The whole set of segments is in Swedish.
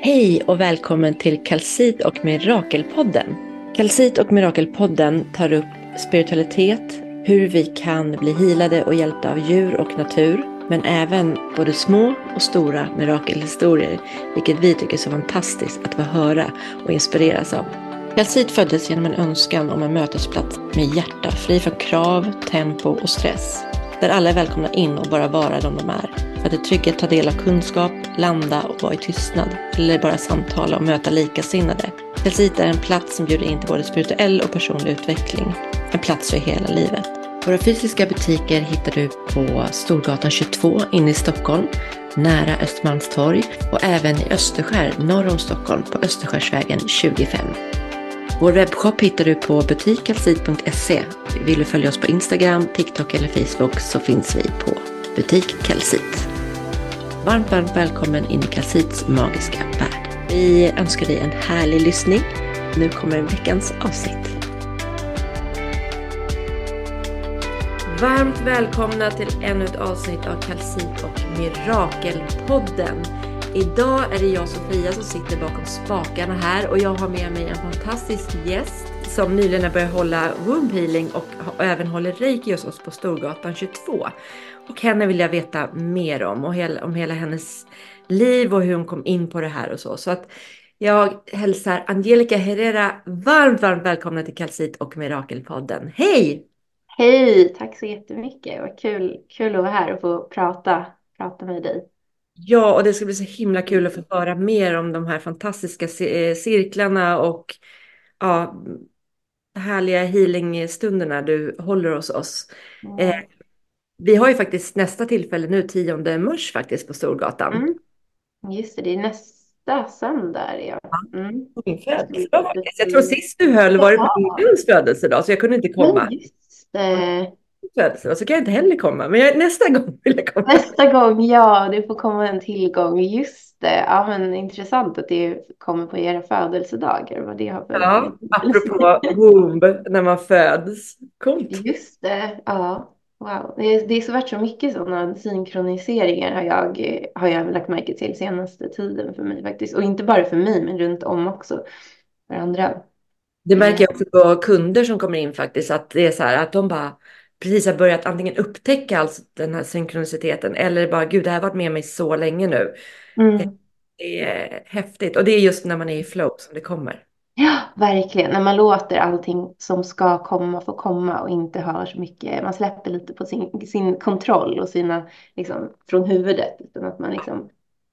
Hej och välkommen till Kalsit och Mirakelpodden. Kalsit och Mirakelpodden tar upp spiritualitet, hur vi kan bli healade och hjälpta av djur och natur, men även både små och stora mirakelhistorier, vilket vi tycker är så fantastiskt att få höra och inspireras av. Kalsit föddes genom en önskan om en mötesplats med hjärta, fri från krav, tempo och stress. Där alla är välkomna in och bara vara de de är. För att i trygghet ta del av kunskap, landa och vara i tystnad. Eller bara samtala och möta likasinnade. Kalsit är en plats som bjuder in till både spirituell och personlig utveckling. En plats för hela livet. Våra fysiska butiker hittar du på Storgatan 22 inne i Stockholm. Nära Östermalmstorg. Och även i Österskär norr om Stockholm på Österskärsvägen 25. Vår webbshop hittar du på butikkalsit.se. Vill du följa oss på Instagram, TikTok eller Facebook så finns vi på Butik Kalsit. Varmt välkommen in i Kalsits magiska värld. Vi önskar dig en härlig lyssning. Nu kommer veckans avsnitt. Varmt välkomna till ännu ett avsnitt av Kalsit och Mirakelpodden. Idag är det jag, Sofia, som sitter bakom spakarna här och jag har med mig en fantastisk gäst som nyligen har börjat hålla womb healing och även håller reiki hos oss på Storgatan 22. Och henne vill jag veta mer om hela hennes liv och hur hon kom in på det här och så. Så att jag hälsar Angelica Herrera varmt välkomna till Kalsit och Mirakelpodden. Hej! Hej, tack så jättemycket. Vad kul att vara här och få prata med dig. Ja, och det ska bli så himla kul att få höra mer om de här fantastiska cirklarna och ja, härliga healingstunderna du håller hos oss. Eh, Ja. vi har ju faktiskt nästa tillfälle nu 10 mars faktiskt på Storgatan. Mm, just det är nästa söndag. Ja. Mm. Min Så vi födelsedag borde faktiskt. Jag tror se- sist du höll var det på Jaha, min födelsedag så jag kunde inte komma. men just det. Födelsedag så kan jag inte heller komma. Men nästa gång vill jag komma. Nästa gång, ja, det får komma en tillgång. Just det. Ja, men intressant att det kommer på era födelsedagar. Vad det har för Ja, betydelse. apropå womb när man föds. Coolt. Just det, ja. Wow. Det är så varit så mycket sådana synkroniseringar har jag lagt märke till senaste tiden för mig faktiskt. Och inte bara för mig, men runt om också för andra. Det Det märker är, jag också på kunder som kommer in faktiskt. Att det är så här att de bara precis har börjat antingen upptäcka alltså den här synkroniciteten. Eller bara gud det här har varit med mig så länge nu. mm. Det är häftigt. Och det är just när man är i flow som det kommer. Ja, verkligen. När man låter allting som ska komma få komma och inte har så mycket. Man släpper lite på sin kontroll och sina, liksom, från huvudet. Utan att man liksom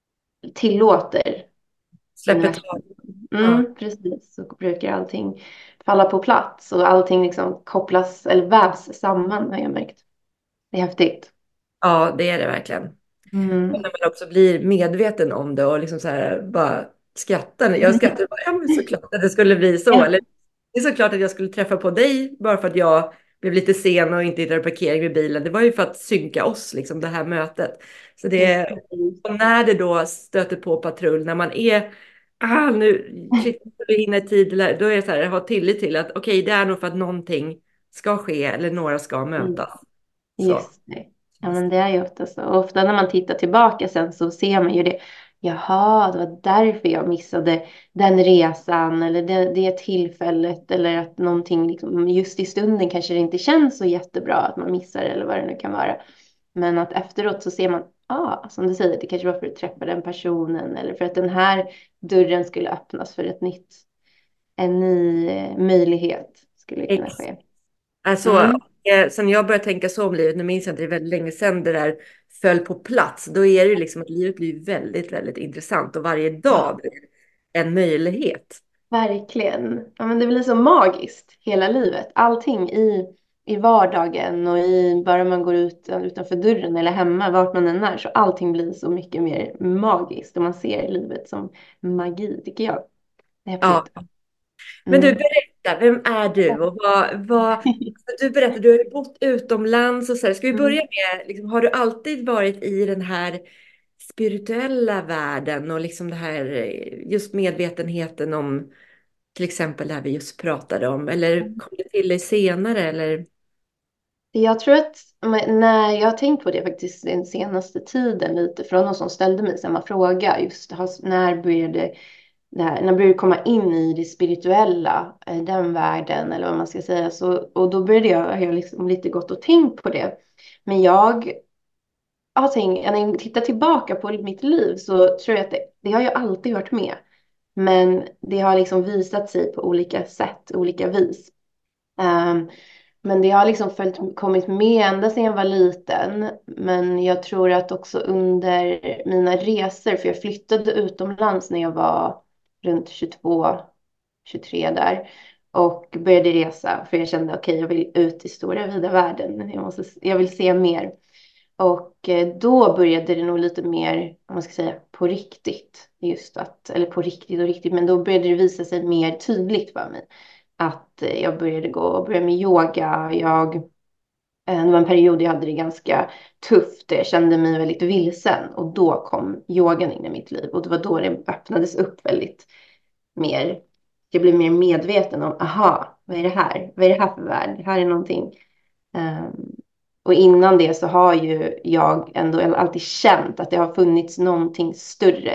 tillåter Släpper universum. taget. Ja. Precis, så brukar allting falla på plats och allting liksom kopplas eller vävs samman har jag märkt. Det är häftigt. Ja, det är det verkligen. Och Mm. när man också blir medveten om det och liksom så här bara skrattar. Jag skrattar bara, ja men såklart att det skulle bli så. Ja, Eller det är såklart att jag skulle träffa på dig bara för att jag blev lite sen och inte hittade parkering vid bilen. Det var ju för att synka oss, liksom det här mötet. Så det, precis. och när det då stöter på patrull, när man är, nu, shit, jag hinner i tid, då är det så här, ha tillit till att okej, det är nog för att någonting ska ske eller några ska Mm. mötas. Så. Just det. Ja, men det är ju ofta så. Och ofta när man tittar tillbaka sen så ser man ju det. Jaha, det var därför jag missade den resan eller det tillfället. Eller att någonting liksom, just i stunden kanske det inte känns så jättebra att man missar eller vad det nu kan vara. Men att efteråt så ser man, som du säger, det kanske var för att träffa den personen. Eller för att den här dörren skulle öppnas för en ny möjlighet skulle kunna ske. Alltså, Mm. sen jag började tänka så om livet, nu minns jag inte, det är väldigt länge sedan det där föll på plats. Då är det ju liksom att livet blir väldigt intressant och varje dag blir en möjlighet. Verkligen. Ja, men det blir så magiskt hela livet. Allting i vardagen och i bara man går ut utanför dörren eller hemma, vart man än är, så allting blir så mycket mer magiskt och man ser livet som magi, tycker jag. Det är Ja, häftigt. men du Mm. berätta, vem är du och du berättar, du har ju bott utomlands och så här. Ska vi börja Mm. med, liksom, har du alltid varit i den här spirituella världen och liksom det här just medvetenheten om till exempel det här vi just pratade om, eller kom det till dig senare eller? Jag tror att när jag har tänkt på det faktiskt den senaste tiden lite från någon som ställde mig samma fråga just när började när började du komma in i det spirituella, den världen eller vad man ska säga så och då började jag liksom lite gått och tänkt på det. Men jag har tänkt, när jag tittar tillbaka på mitt liv så tror jag att det har ju alltid varit med. Men det har liksom visat sig på olika sätt, olika vis. Ehm, men det har liksom kommit med ända sedan jag var liten. Men jag tror att också under mina resor, för jag flyttade utomlands när jag var runt 22, 23 där. Och började resa för jag kände okej, jag vill ut i stora vida världen. Jag vill se mer. Och då började det nog lite mer, om man ska säga, på riktigt. Just att, eller på riktigt och riktigt, men då började det visa sig mer tydligt för mig. Att jag började med yoga. Det var en period jag hade det ganska tufft. Jag kände mig väldigt vilsen. Och då kom yogan in i mitt liv. Och det var då det öppnades upp väldigt mer. Jag blev mer medveten om, aha, vad är det här? Vad är det här för värld? Det här är någonting. Um, och innan det så har ju jag ändå alltid känt att det har funnits någonting större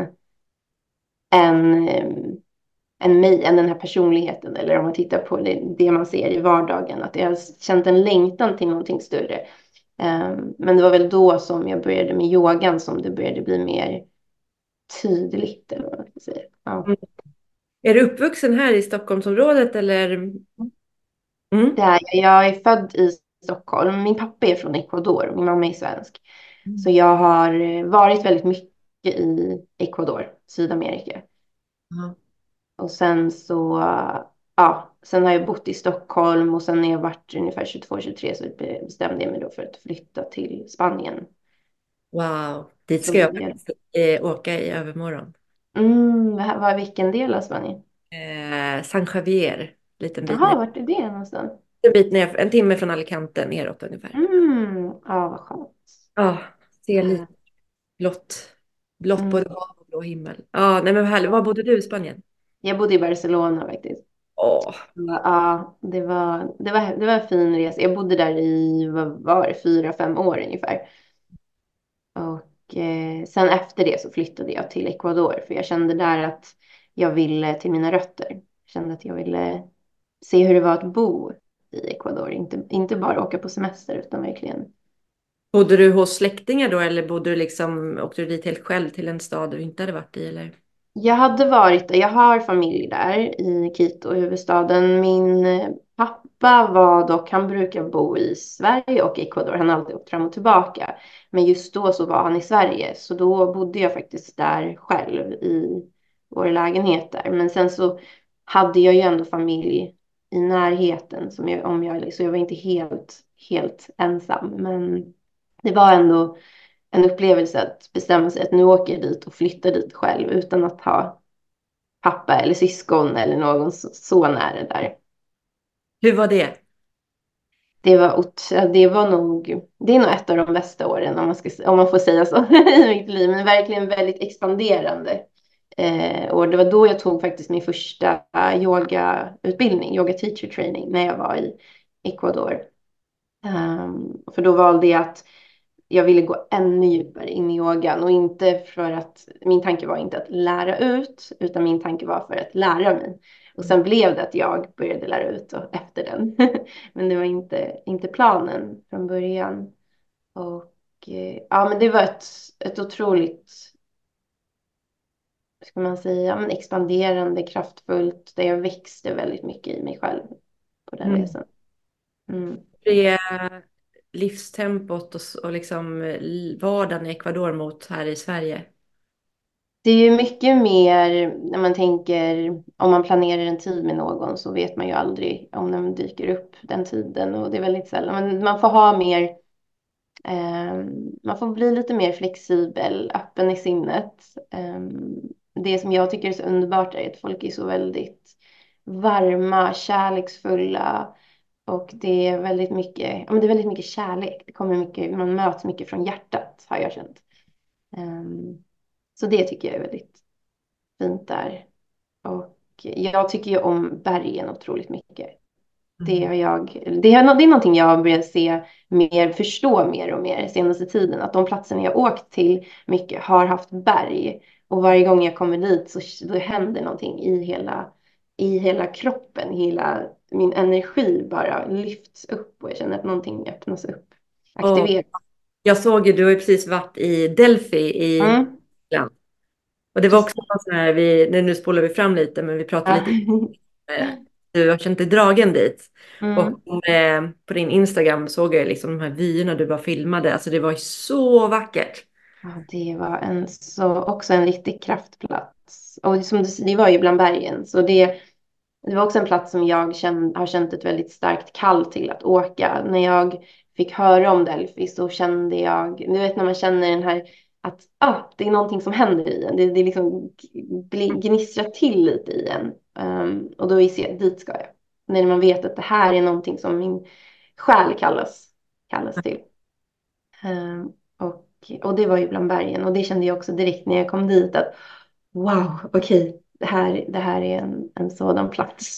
än, em, än mig, än den här personligheten. Eller om man tittar på det man ser i vardagen. Att jag har känt en längtan till någonting större. Men det var väl då som jag började med yogan som det började bli mer tydligt. Eller vad man ska säga. Ja. Mm. Är du uppvuxen här i Stockholmsområdet eller? Det Mm. är jag. Jag är född i Stockholm. Min pappa är från Ecuador och min mamma är svensk. Så jag har varit väldigt mycket i Ecuador, Sydamerika. Ja. Och sen så, ja, sen har jag bott i Stockholm och sen när jag varit ungefär 22-23 så bestämde jag mig då för att flytta till Spanien. Wow, dit Så ska jag började, faktiskt åka i övermorgon. vilken del av Spanien? San Javier, liten bit ner. Jaha, vart är det någonstans? En bit ner, en timme från Alicante neråt ungefär. Ja, vad skönt. Ja, ser Eh, lite blått Mm. både hav och blå himmel. Ja, nej men vad härligt. Var bodde du i Spanien? Jag bodde i Barcelona faktiskt. Åh, Ja, det var en fin resa. Jag bodde där i, vad var det, 4-5 år ungefär. Och sen efter det så flyttade jag till Ecuador. För jag kände där att jag ville till mina rötter. Jag kände att jag ville se hur det var att bo i Ecuador. Inte bara åka på semester utan verkligen. bodde du hos släktingar då eller bodde du liksom, åkte du dit helt själv till en stad du inte hade varit i eller? Jag hade varit där. Jag har familj där i Quito, huvudstaden. Min pappa var dock, han brukar bo i Sverige och Ecuador. Han har alltid åkt fram och tillbaka. Men just då så var han i Sverige. Så då bodde jag faktiskt där själv i vår lägenhet där. Men sen så hade jag ju ändå familj i närheten. Så jag var inte helt ensam. Men det var ändå en upplevelse att bestämma sig att nu åker jag dit och flyttar dit själv utan att ha pappa eller syskon eller någon så nära där. Hur var det? Det är nog ett av de bästa åren om man får säga så i mitt liv. Men verkligen väldigt expanderande. Och det var då jag tog faktiskt min första yogautbildning, yoga teacher training, när jag var i Ecuador. För då valde jag att jag ville gå ännu djupare in i yogan och inte för att min tanke var inte att lära ut utan min tanke var för att lära mig. Och sen blev det att jag började lära ut och efter den. Men det var inte planen från början. Och ja, men det var ett otroligt, ska man säga, ja, men expanderande, kraftfullt där jag växte väldigt mycket i mig själv på den Mm. resan. Mm. Det livstempot och liksom vardagen i Ecuador mot här i Sverige. Det är ju mycket mer när man tänker om man planerar en tid med någon så vet man ju aldrig om den dyker upp den tiden och det är väldigt sällan. Men man får ha mer, man får bli lite mer flexibel, öppen i sinnet. Det som jag tycker är så underbart är att folk är så väldigt varma, kärleksfulla och det är väldigt mycket, ja, men det är väldigt mycket kärlek. Det kommer mycket, man möts mycket från hjärtat har jag känt. Så det tycker jag är väldigt fint där. Och jag tycker ju om bergen otroligt mycket. Det har det är någonting jag har börjat se mer, förstå mer och mer senaste tiden. Att de platserna jag åkt till mycket har haft berg. Och varje gång jag kommer dit så då händer någonting i hela kroppen. Hela min energi bara lyfts upp och jag känner att någonting öppnas upp. Och Aktiveras. jag såg ju, du har ju precis varit i Delphi i Mm, Tyskland. Och det var också precis. någon sån här, nu spolar vi fram lite, men vi pratade Ja. lite, du har känt dig dragen dit. Mm. Och på din Instagram såg jag liksom de här vyerna du bara filmade. Alltså det var ju så vackert. Ja, det var också en riktig kraftplats. Och som du säger, det var ju bland bergen. Så det var också en plats som har känt ett väldigt starkt kall till att åka. När jag fick höra om Delphi så kände jag, du vet när man känner den här att det är någonting som händer i en. Det liksom gnistrar till lite i en. Och då visste jag, dit ska jag. När man vet att det här är någonting som min själ kallas till. Och det var ju bland bergen. Och det kände jag också direkt när jag kom dit att wow, okej, det här är en sådan plats.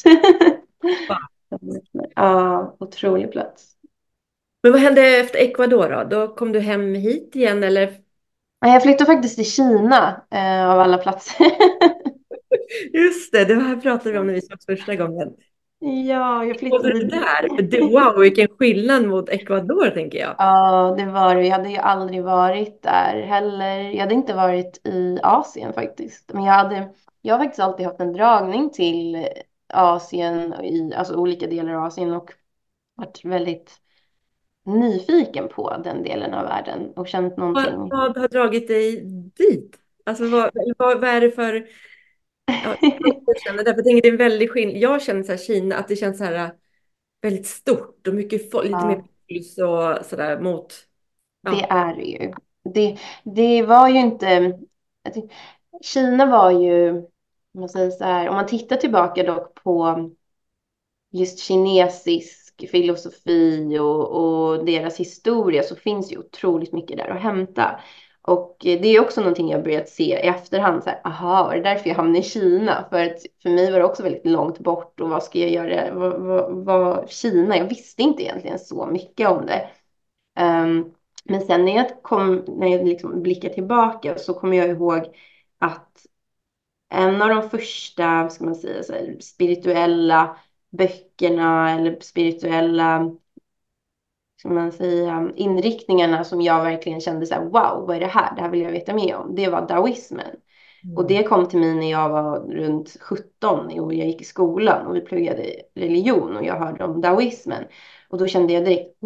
Ja, otrolig plats. Men vad hände efter Ecuador då? Då kom du hem hit igen eller? Ja, jag flyttade faktiskt till Kina av alla platser. Just det här pratade vi om när vi sågs första gången. Ja, jag Vad var flyttade det dit. där? Wow, vilken skillnad mot Ecuador tänker jag. Ja, det var det. Jag hade ju aldrig varit där heller. Jag hade inte varit i Asien faktiskt. Men jag har faktiskt alltid haft en dragning till Asien, alltså olika delar av Asien och varit väldigt nyfiken på den delen av världen och känt någonting. Vad har dragit dig dit? Alltså vad är det för... Ja, jag känner därför jag tänker det är en väldig skillnad. Jag känner så här Kina, att det känns så här väldigt stort och mycket folk, lite mer Ja, puls och sådär mot... det Ja. är det ju. Det var ju inte... Kina var ju, om man säger så här, om man tittar tillbaka dock på just kinesisk filosofi och deras historia så finns ju otroligt mycket där att hämta. Och det är också någonting jag börjat se i efterhand. Så här, aha, var det därför jag hamnade i Kina? För att för mig var det också väldigt långt bort. Och vad ska jag göra? Kina? Jag visste inte egentligen så mycket om det. Men sen när jag liksom blickar tillbaka så kommer jag ihåg att en av de första, ska man säga, så här, spirituella böckerna eller spirituella, ska man säga, inriktningarna som jag verkligen kände så här, wow, vad är det här? Det här vill jag veta mer om. Det var daoismen. Och Mm. det kom till mig när jag var runt 17 och jag gick i skolan och vi pluggade religion och jag hörde om daoismen. Och då kände jag direkt,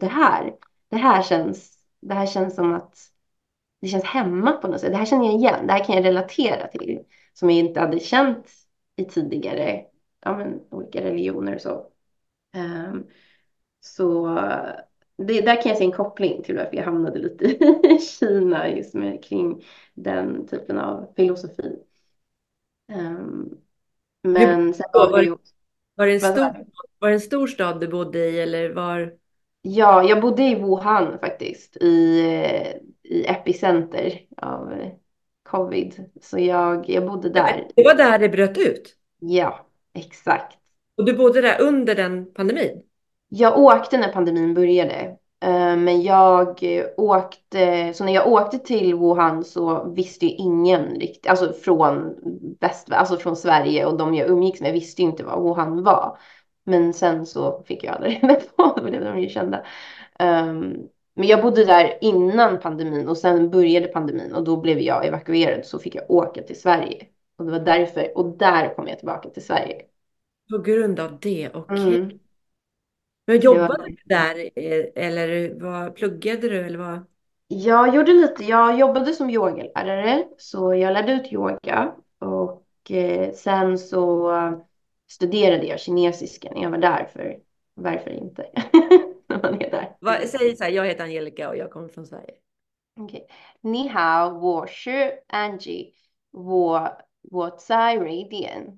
det här känns som att det känns hemma på något sätt. Det här känner jag igen. Det här kan jag relatera till. Som jag inte hade känt i tidigare olika religioner och så. Ehm, så där kan jag se en koppling till varför jag hamnade lite i Kina just kring den typen av filosofi. Ehm, Hur bodde men sen du då? var det ju... Var det en Vad sa stor, du? var det en stor stad du bodde i eller var? Ja, jag bodde i Wuhan faktiskt. I epicenter av covid. Så jag bodde där. Det var där det bröt ut. Ja, exakt. Och du bodde där under den pandemin. Jag åkte när pandemin började. Men så när jag åkte till Wuhan så visste ju ingen riktigt, alltså alltså från Sverige och de jag umgicks med visste ju inte vad Wuhan var. Men sen så fick jag aldrig reda på, det blev de ju kända. Men jag bodde där innan pandemin och sen började pandemin och då blev jag evakuerad så fick jag åka till Sverige. Och det var därför, och där kom jag tillbaka till Sverige. På grund av det, okej. Mm. Men Det var jobbade du där eller pluggade du eller vad? Jag jobbade som yogalärare, så jag lärde ut yoga och sen så studerade jag kinesiska när jag var där, för varför inte? När man är där. Säg så här, jag heter Angelica och jag kommer från Sverige. Okej. Ni hao, 我是 Angie. 我在瑞典.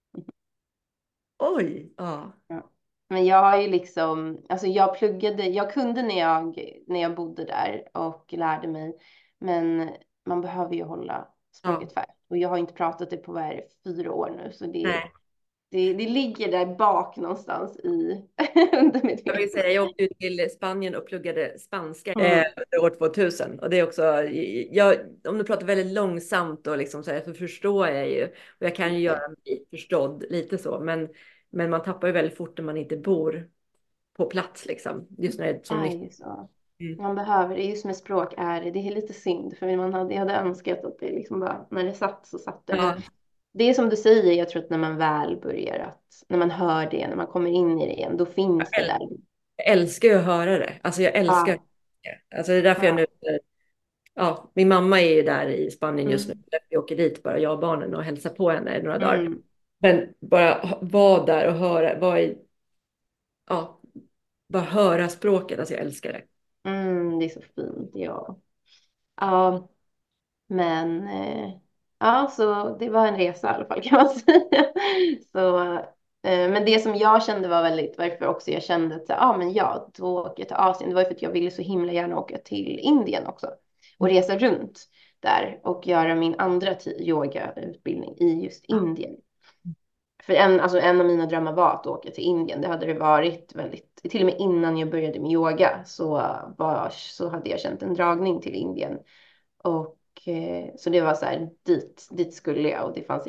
Oj, ja. Ja. Men jag har ju liksom, alltså jag kunde när jag bodde där och lärde mig. Men man behöver ju hålla Ja, språket färdigt. Och jag har inte pratat det på 4 år nu. Så nej. det ligger där bak någonstans i under mitt Jag vill huvud. säga, jag åkte ut till Spanien och pluggade spanska Mm. under år 2000. Och det är också, om du pratar väldigt långsamt och liksom så här, så förstår jag ju. Och jag kan ju göra mig förstådd lite så. Men man tappar ju väldigt fort när man inte bor på plats liksom. Just när det är Det som är nytt. ju så. Mm. Man behöver det. Just med språk är det är lite synd. För jag hade önskat att det liksom bara, när det satt så satt det. Men Ja, det är som du säger, jag tror att när man väl börjar när man hör det, när man kommer in i det igen, då finns det där. jag älskar ju att höra det. Alltså jag älskar Ja, det. Alltså det är därför jag nu, ja. ja, min mamma är ju där i Spanien just nu. Mm, Vi åker dit bara, jag och barnen, och hälsar på henne i några dagar. mm, Men bara vara där och höra, ja, bara höra språket, alltså jag älskar det. det är så fint, ja. Ja, men ja, så det var en resa i alla fall kan man säga. Så, men det som jag kände var väldigt, varför också jag kände att men ja, då åker jag till Asien. Det var ju för att jag ville så himla gärna åka till Indien också och resa runt där och göra min andra yogautbildning i just Ja. Indien. För en av mina drömmar var att åka till Indien. Det hade det varit väldigt, till och med innan jag började med yoga så hade jag känt en dragning till Indien. Och så det var så här, dit skulle jag och det fanns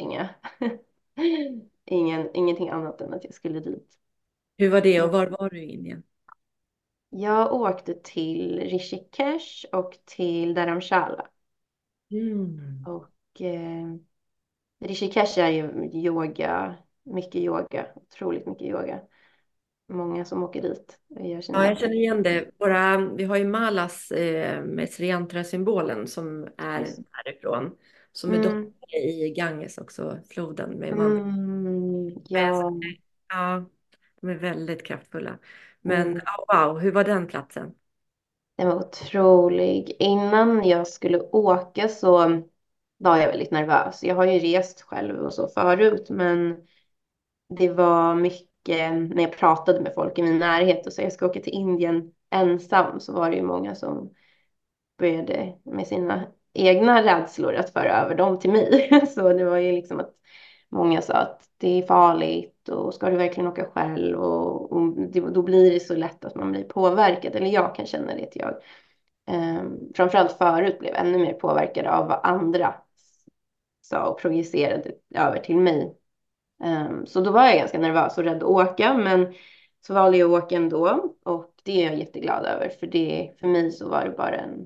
ingenting annat än att jag skulle dit. Hur var det och var var du i Indien? Jag åkte till Rishikesh och till Dharamshala. Mm. Och Rishikesh är ju mycket yoga, otroligt mycket yoga. Många som åker dit och gör Ja, sina... jag känner igen det. Vi har ju Malas med Sri Yantra-symbolen som är härifrån. Som är Mm, dottern i Ganges också, floden med mandeln. ja. Ja, de är väldigt kraftfulla. Men Mm. wow, hur var den platsen? Den var otrolig. Innan jag skulle åka så var jag väldigt nervös. Jag har ju rest själv och så förut, men det var mycket när jag pratade med folk i min närhet och sa jag ska åka till Indien ensam, så var det ju många som började med sina egna rädslor att föra över dem till mig. Så det var ju liksom att många sa att det är farligt och ska du verkligen åka själv då blir det så lätt att man blir påverkad. Eller jag kan känna det att jag framförallt förut blev ännu mer påverkad av vad andra sa och projicerade över till mig. Så då var jag ganska nervös och rädd att åka, men så valde jag att åka ändå och det är jag jätteglad över för mig så var det bara en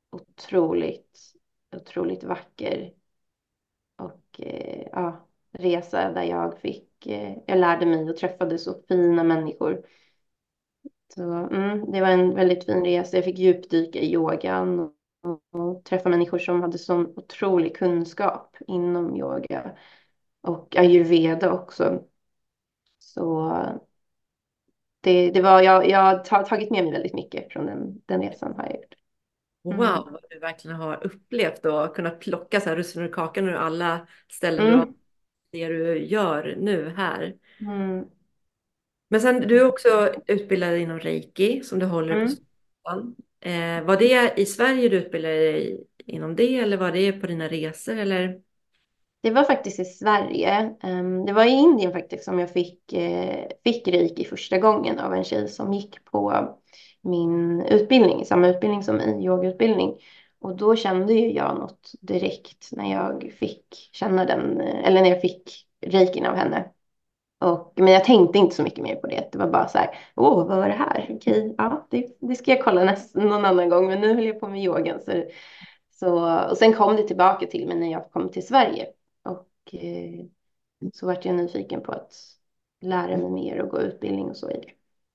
otroligt vacker och resa där jag lärde mig och träffade så fina människor. Så det var en väldigt fin resa. Jag fick djupdyka i yogan och träffa människor som hade sån otrolig kunskap inom yoga och ayurveda också. Så det var, jag har tagit med mig väldigt mycket från den resan har jag gjort. Wow, Mm. vad du verkligen har upplevt och kunnat plocka så här russinen ur kakan ur alla ställen du har, Mm. det du gör nu här. Mm. Men sen, du är också utbildad inom reiki som du håller på Mm. skolan. Var det i Sverige du utbildade dig inom det eller var det på dina resor eller? Det var faktiskt i Sverige. Det var i Indien faktiskt som jag fick reiki första gången av en tjej som gick på min utbildning, samma utbildning som i yogautbildning. Och då kände ju jag något direkt när jag fick känna eller när jag fick reikin av henne. Men jag tänkte inte så mycket mer på det. Det var bara så här, vad var det här? Okej, ja, det ska jag kolla någon annan gång. Men nu höll jag på med yogan. Och sen kom det tillbaka till mig när jag kom till Sverige. Och så vart jag nyfiken på att lära mig mer och gå utbildning och så i det.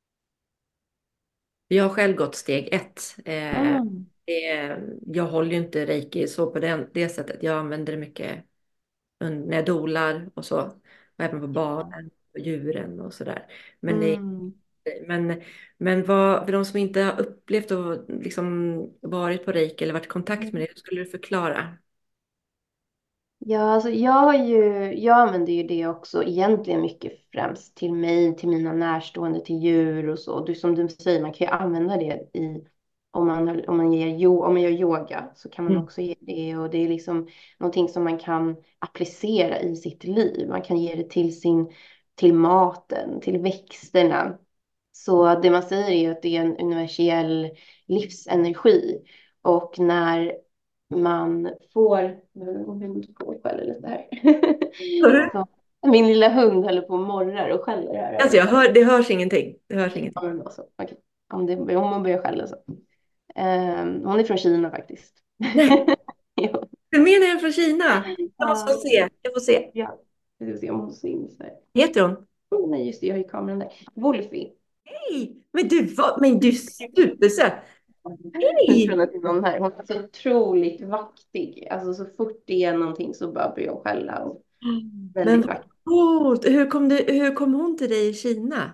Jag har själv gått steg ett. Mm. Jag håller ju inte reiki så på det sättet. Jag använder det mycket när jag dolar och så. Och även på barnen och djuren och sådär. Men, Mm. men, men vad, för de som inte har upplevt och liksom varit på reiki eller varit i kontakt med det, hur skulle du förklara? Ja, alltså jag använder ju det också egentligen mycket främst till mig, till mina närstående, till djur och så. Som du säger, man kan ju använda det om man gör yoga så kan man Mm. också ge det och det är liksom någonting som man kan applicera i sitt liv. Man kan ge det till maten, till växterna. Så det man säger är att det är en universell livsenergi. Och när man får... Min hund går och skäller lite här. Hörru? Så, min lilla hund håller på och morrar och skäller här. Alltså det hörs ingenting. Det hörs Ja, ingenting. men då så. Okej. Om hon börjar skälla så. Hon är från Kina faktiskt. Nej, Jo. du menar jag från Kina? Jag måste få Ja, se. Jag får se. ja. Vi ska se om hon syns här. Heter hon? Oh, nej, just det. Jag har ju kameran där. Wolfie. Hej! Men du är supersöt. Jag tror Hej! att det är någon här. Hon är så otroligt vaktig. Alltså så fort det är någonting så bara börjar hon skälla. Och Men väldigt vad vaktig. coolt. Hur kom hon till dig i Kina?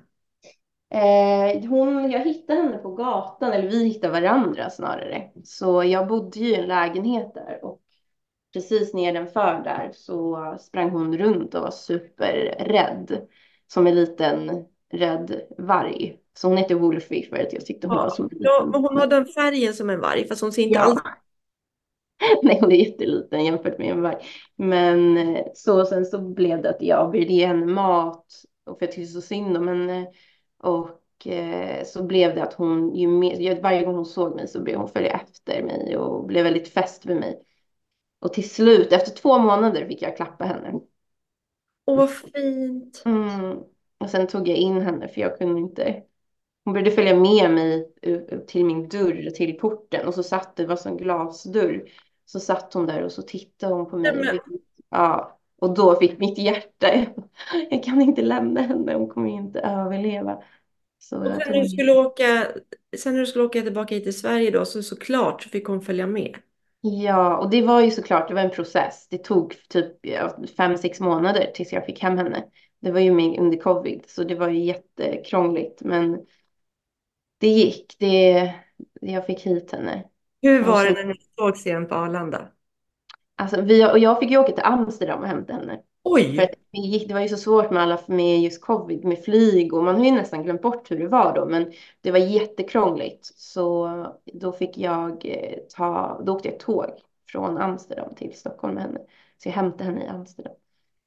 Jag hittade henne på gatan, eller vi hittade varandra snarare. Så jag bodde ju i en lägenhet där och precis nedanför där så sprang hon runt och var superrädd. Som en liten rädd varg. Så hon heter Wolfie för att jag tyckte hon var Ja, som en ja, liten. men hon har den färgen som en varg, fast hon ser inte alls... Ja, nej hon är jätteliten jämfört med en varg. Men så sen så blev det att jag bjöd ge henne mat. Och för jag tyckte så synd om henne. Och så blev det att hon, varje gång hon såg mig så blev hon följa efter mig och blev väldigt fäst vid mig. Och till slut, efter 2 månader fick jag klappa henne. Åh, vad fint. Mm. Och sen tog jag in henne för jag kunde inte. Hon började följa med mig till min dörr, till porten. Och så satt det var som glasdörr. Så satt hon där och så tittade hon på Nej, mig. men, Ja, och då fick mitt hjärta. Jag kan inte lämna henne. Hon kommer inte överleva. Så och jag sen när du tog. skulle åka, tillbaka hit till Sverige då, så såklart så fick hon följa med. Ja, och det var ju såklart, det var en process. Det tog typ 5-6 månader tills jag fick hem henne. Det var ju under covid, så det var ju jättekrångligt. Men det gick. Jag fick hit henne. Hur Och var det sen, när ni sågs igen på Arlanda? alltså, och jag fick ju åka till Amsterdam och hämta henne. För att Oj! det var ju så svårt med just covid, med flyg. Och man har ju nästan glömt bort hur det var då. Men det var jättekrångligt. Så då fick jag då åkte jag tåg från Amsterdam till Stockholm med henne. Så jag hämtade henne i Amsterdam.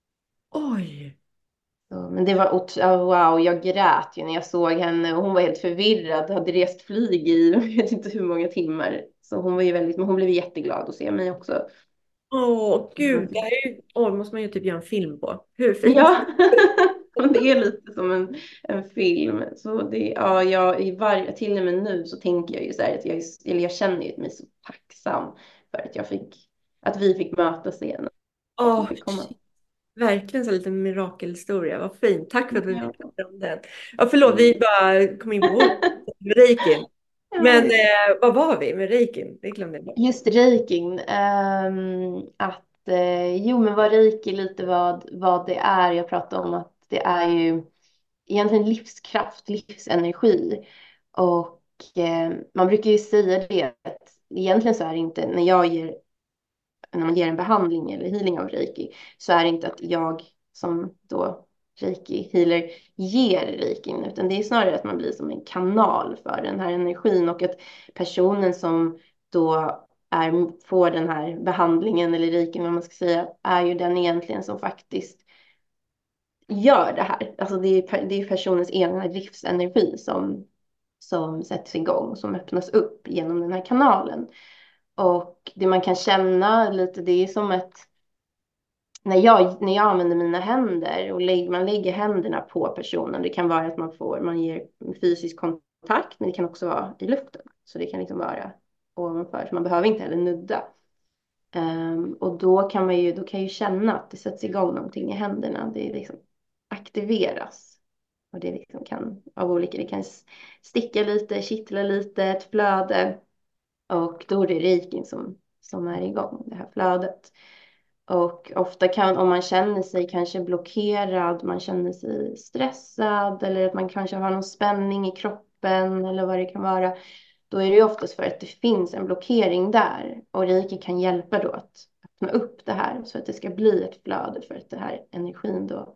Oj! Så, men det var wow, jag grät ju när jag såg henne. Och hon var helt förvirrad, hade rest flyg i jag vet inte hur många timmar. Så hon var ju men hon blev jätteglad att se mig också. Åh, gud. Det här är ju, det måste man ju typ göra en film på. Hur fint? Ja, och det är lite som en film. Så ja, till och med nu så tänker jag ju så här att jag känner ju mig så tacksam för att att vi fick mötas igen. Att hon Åh, fick komma. verkligen så lite mirakelhistoria. Vad fint. Tack för att vi Ja. fick prata om den. Ja, förlåt, vi bara kom in på reikin. Men Ja. vad var vi med reikin? Det glömde jag bort. Just reikin. Jo, men vad reiki lite vad det är. Jag pratade om att det är ju egentligen livskraft, livsenergi. Och man brukar ju säga det att egentligen så är det inte när man ger en behandling eller healing av reiki så är det inte att jag som då reiki healer ger reikin utan det är snarare att man blir som en kanal för den här energin och att personen som då får den här behandlingen eller reikin vad man ska säga är ju den egentligen som faktiskt gör det här. Alltså det är personens egen livsenergi som sätts igång, som öppnas upp genom den här kanalen. Och det man kan känna lite, det är som ett, när jag använder mina händer och man lägger händerna på personen, det kan vara att man ger fysisk kontakt, men det kan också vara i luften. Så det kan liksom vara ovanför, så man behöver inte heller nudda. Och då kan jag ju känna att det sätts igång någonting i händerna. Det liksom aktiveras. Och det liksom kan det kan sticka lite, kittla lite, ett flöde. Och då är det reikin som är igång, det här flödet. Och ofta om man känner sig kanske blockerad, man känner sig stressad eller att man kanske har någon spänning i kroppen eller vad det kan vara. Då är det ju oftast för att det finns en blockering där. Och reiki kan hjälpa då att öppna upp det här så att det ska bli ett flöde för att det här energin då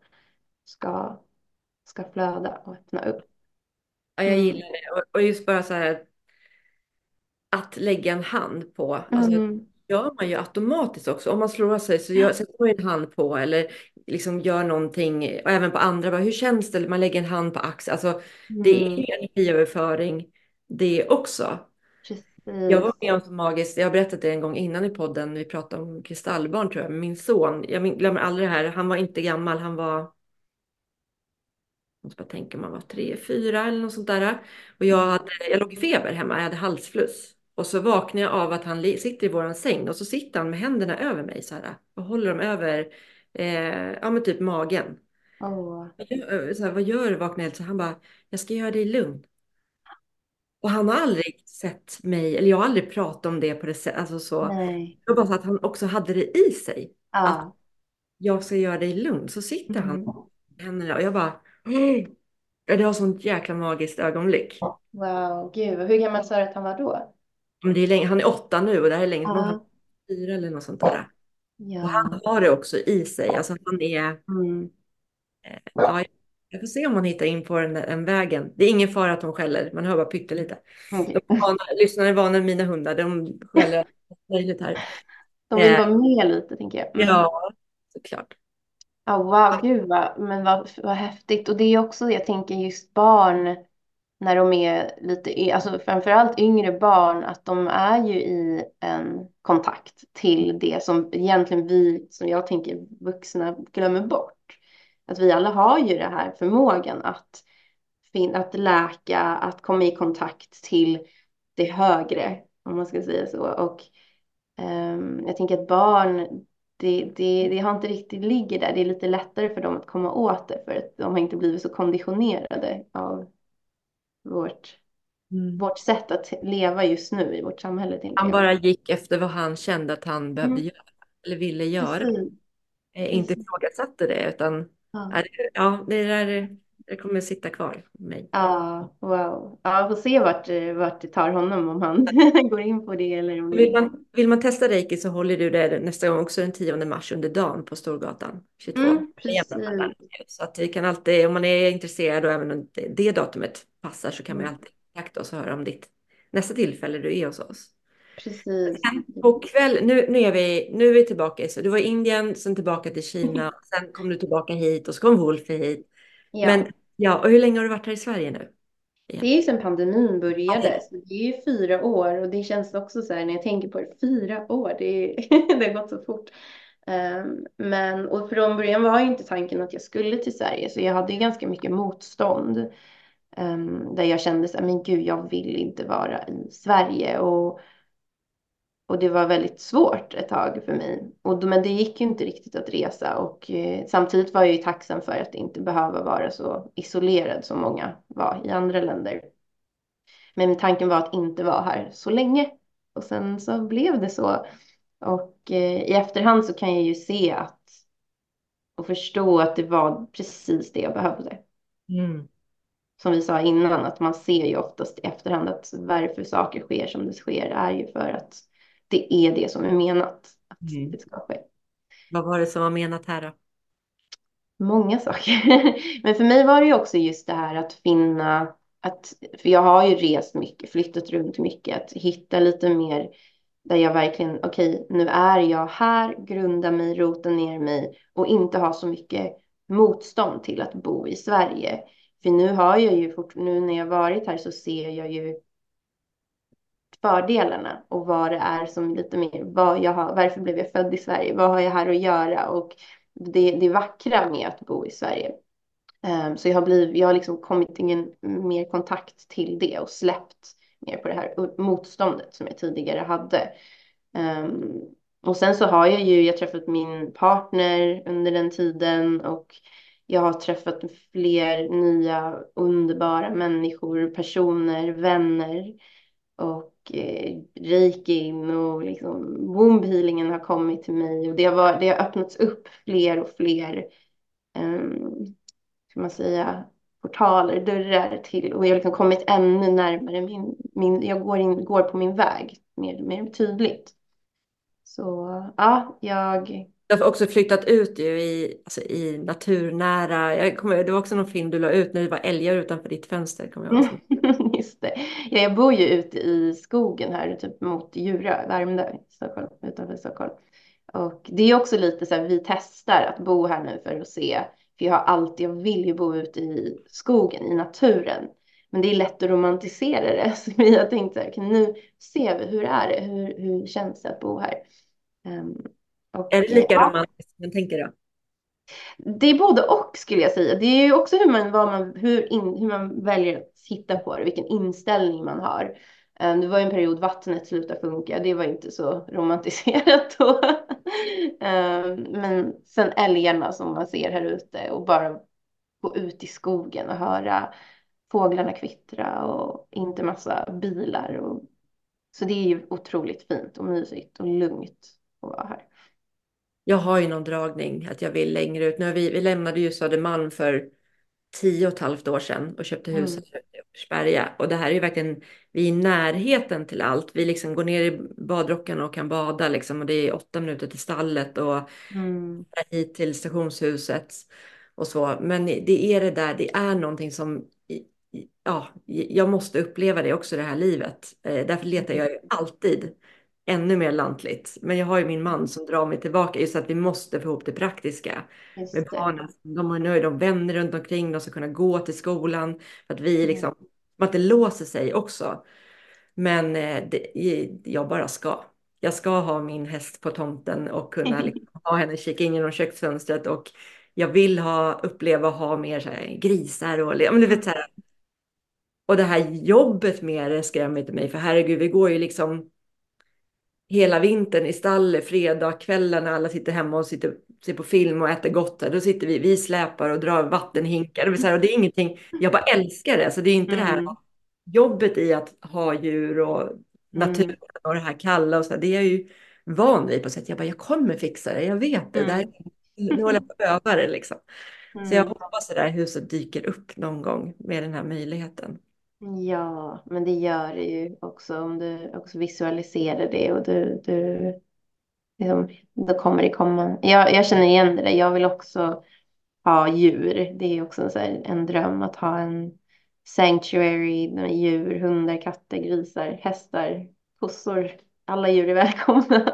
ska flöda och öppna upp. Ja, jag Mm. gillar det. Och just bara så här att lägga en hand på. Alltså, Mm. gör man ju automatiskt också. Om man slår av sig så sätter man ju en hand på. Eller liksom gör någonting och även på andra, bara, hur känns det? Man lägger en hand på axeln. Alltså, det är Mm. ju energiöverföring det också. Jag var Precis. med om så magiskt, jag har berättat det en gång innan i podden, vi pratade om kristallbarn tror jag, min son, glömmer aldrig det här, han var inte gammal, han var, jag måste bara tänka om han var 3, 4 eller något sånt där. Och jag låg i feber hemma, jag hade halsfluss. Och så vaknade jag av att han sitter i våran säng och så sitter han med händerna över mig så här och håller dem över, ja men typ magen. Åh, Så här, vad gör du? Vaknar helt så han bara, jag ska göra dig lugn. Och han har aldrig sett mig, eller jag har aldrig pratat om det på det sättet, alltså så. nej. Det var bara så att han också hade det i sig. Att Ja. jag ska göra dig lugn. Så sitter han Mm. med händerna och jag bara, ja, det var sånt jäkla magiskt ögonblick. Wow, gud. Hur gammal sa du att han var då? Men det är länge, han är 8 nu och det här är länge sedan han Ja. var 4 eller något sånt där. Och Ja. han har det också i sig. Alltså han är, Mm. ja, jag får se om man hittar in på den vägen. Det är ingen fara att de skäller, man hör bara pyttelite. Okej. Lyssnarna är vana vid mina hundar, de skäller allt möjligt här. De vill Eh, vara med lite, tänker jag. Mm. ja, såklart. Ja, wow, gud vad häftigt. Och det är också, jag tänker just barn när de är alltså framförallt yngre barn, att de är ju i en kontakt till det som egentligen vi, som jag tänker vuxna, glömmer bort. Att vi alla har ju det här förmågan att läka, att komma i kontakt till det högre, om man ska säga så. Och jag tänker att barn, det har inte riktigt ligger där. Det är lite lättare för dem att komma åt det, för att de har inte blivit så konditionerade av vårt, Mm. vårt sätt att leva just nu i vårt samhälle, tänker Han jag. bara gick efter vad han kände att han behövde Mm, göra eller ville göra. precis, Inte precis. ifrågasatte det utan Ja. ja, det där det kommer sitta kvar med mig. Ja, wow. Ja, jag får se vart det tar honom, om han går in på det eller om Vill det... man testa reiki så håller du det nästa gång också den 10 mars under dagen på Storgatan 22. Med jämna Precis. mellanrum. Så att det kan alltid, om man är intresserad och även om det datumet passar så kan man Mm, alltid kontakta oss och höra om ditt nästa tillfälle du är hos oss. precis. På kväll, nu är vi tillbaka. Så du var i Indien, sen tillbaka till Kina, sen kom du tillbaka hit och så kom Wolfie hit. Men Ja. ja, och hur länge har du varit här i Sverige nu? Det Igen. är ju sedan pandemin Ja, det är började, det. så det är ju 4 år, och det känns också så här när jag tänker på det, 4 år, det har gått så fort. Men, och från början var ju inte tanken att jag skulle till Sverige, så jag hade ju ganska mycket motstånd. Där jag kände så här, men gud, jag vill inte vara i Sverige, och det var väldigt svårt ett tag för mig. Men det gick ju inte riktigt att resa, och samtidigt var jag ju tacksam för att inte behöva vara så isolerad som många var i andra länder. Men tanken var att inte vara här så länge. Och sen så blev det så. Och i efterhand så kan jag ju se och förstå att det var precis det jag behövde. Mm. Som vi sa innan, att man ser ju oftast i efterhand att varför saker sker som det sker är ju för att det är det som är menat att Mm. det ska ske. Vad var det som var menat här då? Många saker. Men för mig var det ju också just det här att finna, för jag har ju rest mycket, flyttat runt mycket, att hitta lite mer där jag verkligen, okej, nu är jag här, grunda mig, rota ner mig och inte ha så mycket motstånd till att bo i Sverige. För nu har jag ju, nu när jag varit här så ser jag ju fördelarna och vad det är som lite mer, varför blev jag född i Sverige, vad har jag här att göra, och det vackra med att bo i Sverige. Så jag har liksom kommit till en mer kontakt till det och släppt mer på det här motståndet som jag tidigare hade. Um, och sen så har jag träffat min partner under den tiden, och jag har träffat fler nya underbara människor, personer, vänner, och reikin och liksom wombhealingen har kommit till mig, och det har öppnats upp fler och fler ska man säga, portaler, dörrar till, och jag har liksom kommit ännu närmare jag går på min väg mer tydligt. Så ja, Jag har också flyttat ut ju alltså i naturnära. Det var också någon film du la ut när det var älgar utanför ditt fönster. Kommer jag ihåg. just det. Ja, jag bor ju ute i skogen här, typ mot Djura, Värmdö, Stockholm, utanför Stockholm. Och det är också lite så här, vi testar att bo här nu för att se. För jag vill ju bo ute i skogen, i naturen. Men det är lätt att romantisera det. Så vi har tänkt så här, okej, nu ser vi hur är det? Hur känns det att bo här? Um, Är det lika romantiskt som man tänker då? Det är både och skulle jag säga. Det är ju också hur man väljer att titta på det, vilken inställning man har. Det var en period vattnet slutade funka. Det var inte så romantiserat då. Men sen älgarna som man ser här ute och bara gå ut i skogen och höra fåglarna kvittra och inte massa bilar. Så det är ju otroligt fint och mysigt och lugnt att vara här. Jag har ju någon dragning att jag vill längre ut. Nu har vi lämnade ju Södermalm för 10,5 år sedan och köpte Mm. huset i Åkersberga. Och det här är ju verkligen, vi är i närheten till allt. Vi liksom går ner i badrocken och kan bada liksom. Och det är 8 minuter till stallet och Mm. hit till stationshuset och så. Men det är det där, det är någonting som, ja, jag måste uppleva det också i det här livet. Därför letar jag ju alltid ännu mer lantligt. Men jag har ju min man som drar mig tillbaka, just att vi måste få ihop det praktiska med Just det. barnen. Nu har ju de vänner runt omkring, de ska kunna gå till skolan. För att vi liksom, man inte låser sig också. Men jag bara ska. Jag ska ha min häst på tomten och kunna liksom, ha henne kika in genom köksfönstret. Och jag vill uppleva och ha mer så här, grisar och ja, men du vet, så här. Och det här jobbet med det skrämmer inte mig. För herregud, vi går ju liksom hela vintern i stallet, fredagskvällar när alla sitter hemma och ser på film och äter gott. Då sitter vi släpar och drar vattenhinkar. Och det är ingenting, jag bara älskar det. Så det är inte det här Mm. jobbet i att ha djur och naturen Mm. och det här kalla och så. Det är jag ju van vid på sätt. Jag bara, jag kommer fixa det. Jag vet det. Mm. Nu håller jag på att öva det liksom. Så jag Mm. hoppas att det där huset dyker upp någon gång med den här möjligheten. Ja, men det gör det ju också om du också visualiserar det och du liksom, då kommer det komma. Jag känner igen det där. Jag vill också ha djur. Det är också en dröm att ha en sanctuary med djur, hundar, katter, grisar, hästar, kossor. Alla djur är välkomna.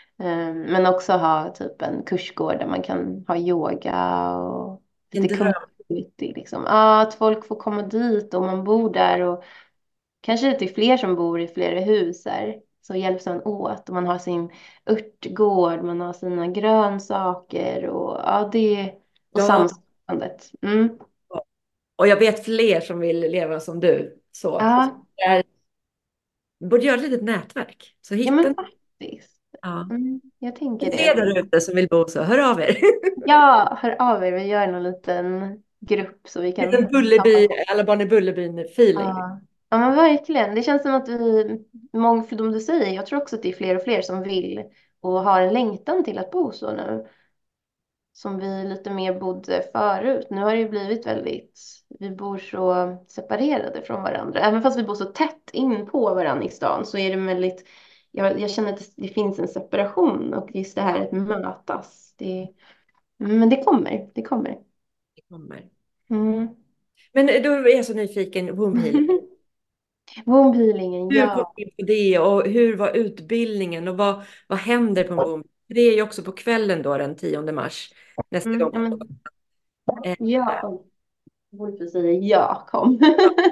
Men också ha typ en kursgård där man kan ha yoga och En lite dröm. community liksom. Att folk får komma dit och man bor där och kanske lite fler som bor i flera hus här. Så hjälps man åt och man har sin örtgård, man har sina grönsaker och ja, och Ja, samskapandet. Mm. och jag vet fler som vill leva som du. Så. Ja, Vi borde göra ett litet nätverk. Så ja hitta men en, faktiskt. ja. Jag tänker Fler det. där ute som vill bo så, hör av er. Ja, hör av er. Vi gör någon liten grupp så vi En liten kan. Bullerby, alla barn i Bullerbyn-feeling. Ja, ja men verkligen. Det känns som att mångfald du säger, jag tror också att det är fler och fler som vill och har en längtan till att bo så nu. Som vi lite mer bodde förut. Nu har det ju blivit vi bor så separerade från varandra. Även fast vi bor så tätt in på varandra i stan så är det väldigt, jag känner att det finns en separation och just det här att mötas. Men det kommer, det kommer. Det kommer. Mm. Men då är jag så nyfiken, wombhealing. Wombhealingen, Hur kom ja. du in på det och hur var utbildningen och vad händer på en womb? Det är ju också på kvällen då den 10 mars nästa gång. Ja, men, Eh, ja. Wolfie säger ja, kom.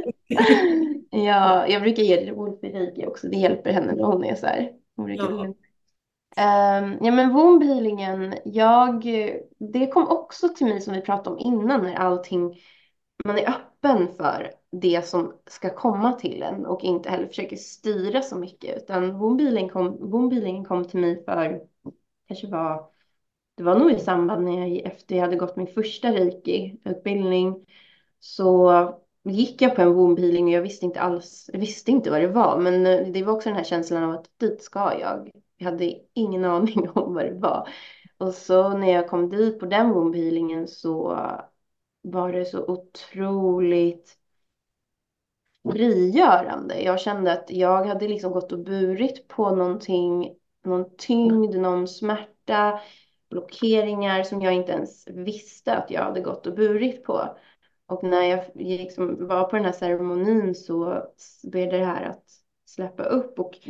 Ja, jag brukar ge det Wolfie Reiki också. Det hjälper henne när hon är så här. Hon brukar Ja, bli ja men wombhealingen, det kom också till mig som vi pratade om innan när man är öppen för det som ska komma till en och inte heller försöker styra så mycket utan wombhealingen kom till mig för, kanske det var nog i samband efter jag hade gått min första reiki-utbildning så gick jag på en wombhealing och jag visste inte vad det var. Men det var också den här känslan av att dit ska jag. Jag hade ingen aning om vad det var. Och så när jag kom dit på den wombhealingen så var det så otroligt frigörande. Jag kände att jag hade liksom gått och burit på någon tyngd, någon smärta, blockeringar som jag inte ens visste att jag hade gått och burit på. Och när jag liksom var på den här ceremonin så började det här att släppa upp. Och